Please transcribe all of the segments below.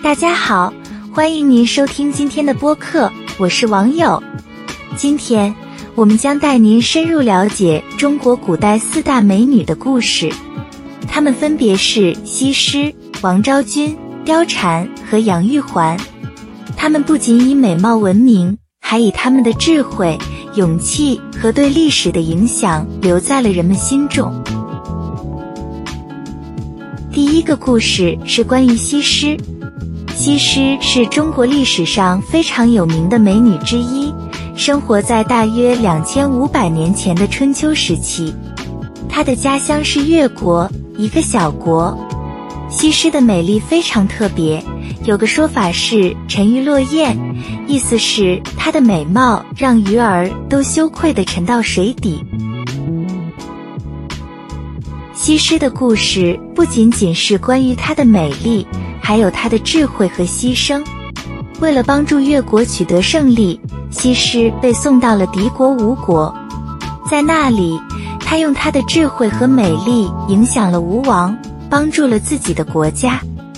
大家好，欢迎您收听今天的播客，我是网友。今天我们将带您深入了解中国古代4大美女的故事，她们分别是西施、王昭君、貂蝉和杨玉环。她们不仅以美貌闻名，还以她们的智慧、勇气和对历史的影响留在了人们心中。第一个故事是关于西施。西施是中国历史上非常有名的美女之一，生活在大约2500年前的春秋时期。她的家乡是越国，一个小国。西施的美丽非常特别，有个说法是沉鱼落雁，意思是她的美貌让鱼儿都羞愧地沉到水底。西施的故事不仅仅是关于她的美丽，还有她的智慧和牺牲。为了帮助越国取得胜利，西施被送到了敌国吴国。在那里，她用她的智慧和美丽影响了吴王，帮助了自己的国家。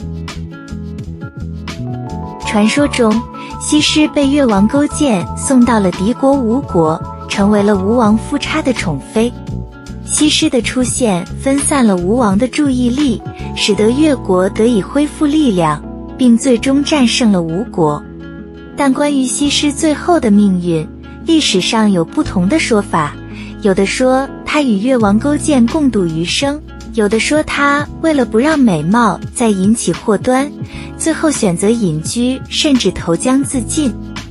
传说中，西施被越王勾践送到了敌国吴国，成为了吴王夫差的宠妃。西施的出现分散了吴王的注意力，使得越国得以恢复力量，并最终战胜了吴国。但关于西施最后的命运，历史上有不同的说法，有的说她与越王勾践共度余生，有的说她为了不让美貌再引起祸端，最后选择隐居，甚至投江自尽。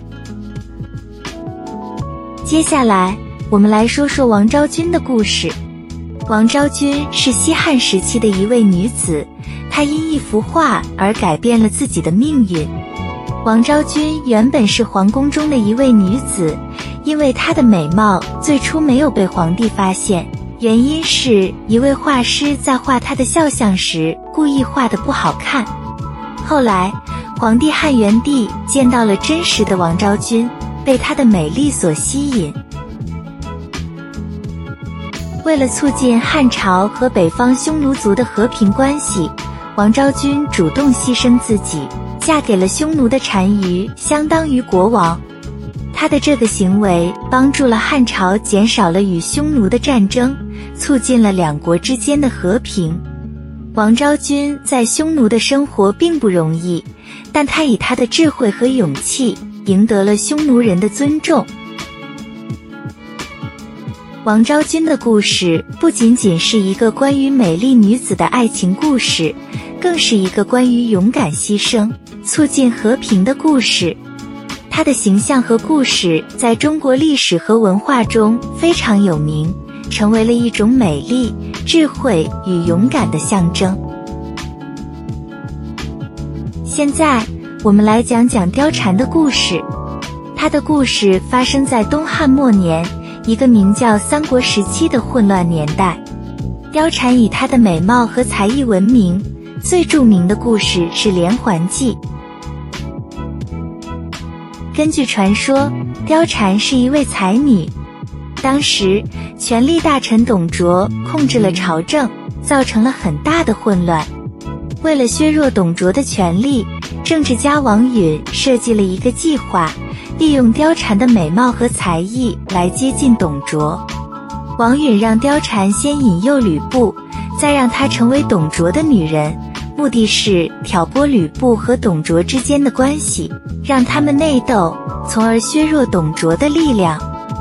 接下来我们来说说王昭君的故事。王昭君是西汉时期的一位女子，她因一幅画而改变了自己的命运。王昭君原本是皇宫中的一位女子，因为她的美貌最初没有被皇帝发现，原因是一位画师在画她的肖像时故意画得不好看。后来皇帝汉元帝见到了真实的王昭君，被她的美丽所吸引。为了促进汉朝和北方匈奴族的和平关系，王昭君主动牺牲自己，嫁给了匈奴的单于，相当于国王。她的这个行为帮助了汉朝减少了与匈奴的战争，促进了两国之间的和平。王昭君在匈奴的生活并不容易，但她以她的智慧和勇气赢得了匈奴人的尊重。王昭君的故事不仅仅是一个关于美丽女子的爱情故事，更是一个关于勇敢牺牲、促进和平的故事。她的形象和故事在中国历史和文化中非常有名，成为了一种美丽、智慧与勇敢的象征。现在我们来讲讲貂蝉的故事。她的故事发生在东汉末年，一个名叫三国时期的混乱年代。貂蝉以她的美貌和才艺闻名，最著名的故事是连环计。根据传说，貂蝉是一位才女。当时权力大臣董卓控制了朝政，造成了很大的混乱。为了削弱董卓的权力，政治家王允设计了一个计划，利用貂蝉的美貌和才艺来接近董卓。王允让貂蝉先引诱吕布，再让她成为董卓的女人，目的是挑拨吕布和董卓之间的关系，让他们内斗，从而削弱董卓的力量。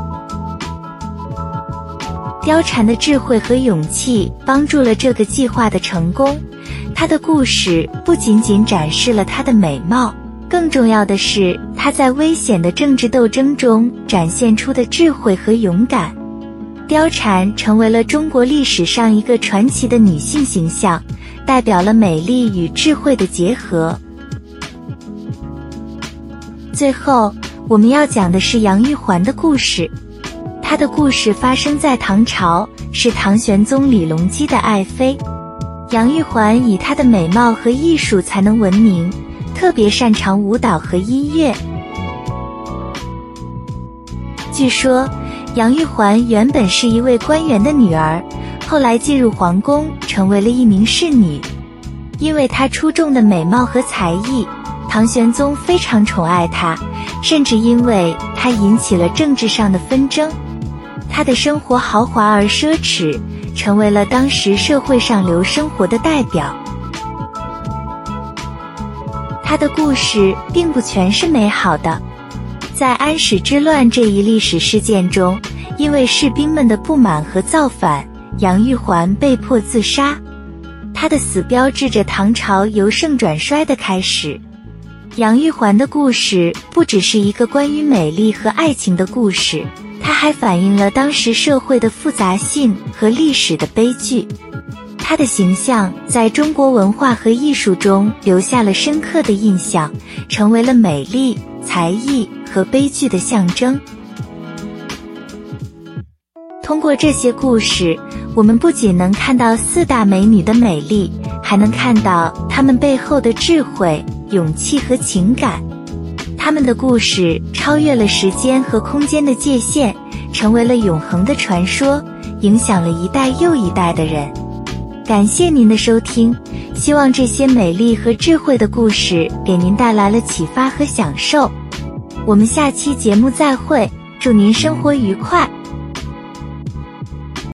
貂蝉的智慧和勇气帮助了这个计划的成功。她的故事不仅仅展示了她的美貌，更重要的是她在危险的政治斗争中展现出的智慧和勇敢。貂蝉成为了中国历史上一个传奇的女性形象，代表了美丽与智慧的结合。最后我们要讲的是杨玉环的故事。她的故事发生在唐朝，是唐玄宗李隆基的爱妃。杨玉环以她的美貌和艺术才能闻名，特别擅长舞蹈和音乐。据说杨玉环原本是一位官员的女儿，后来进入皇宫，成为了一名侍女。因为她出众的美貌和才艺， 唐玄宗非常宠爱她，甚至因为她引起了政治上的纷争。她的生活豪华而奢侈，成为了当时社会上流生活的代表。她的故事并不全是美好的。在安史之乱这一历史事件中，因为士兵们的不满和造反，杨玉环被迫自杀。她的死标志着唐朝由盛转衰的开始。杨玉环的故事不只是一个关于美丽和爱情的故事，它还反映了当时社会的复杂性和历史的悲剧。她的形象在中国文化和艺术中留下了深刻的印象，成为了美丽、才艺和悲剧的象征。通过这些故事，我们不仅能看到四大美女的美丽，还能看到她们背后的智慧、勇气和情感。她们的故事超越了时间和空间的界限，成为了永恒的传说，影响了一代又一代的人。感谢您的收听，希望这些美丽和智慧的故事给您带来了启发和享受。我们下期节目再会，祝您生活愉快。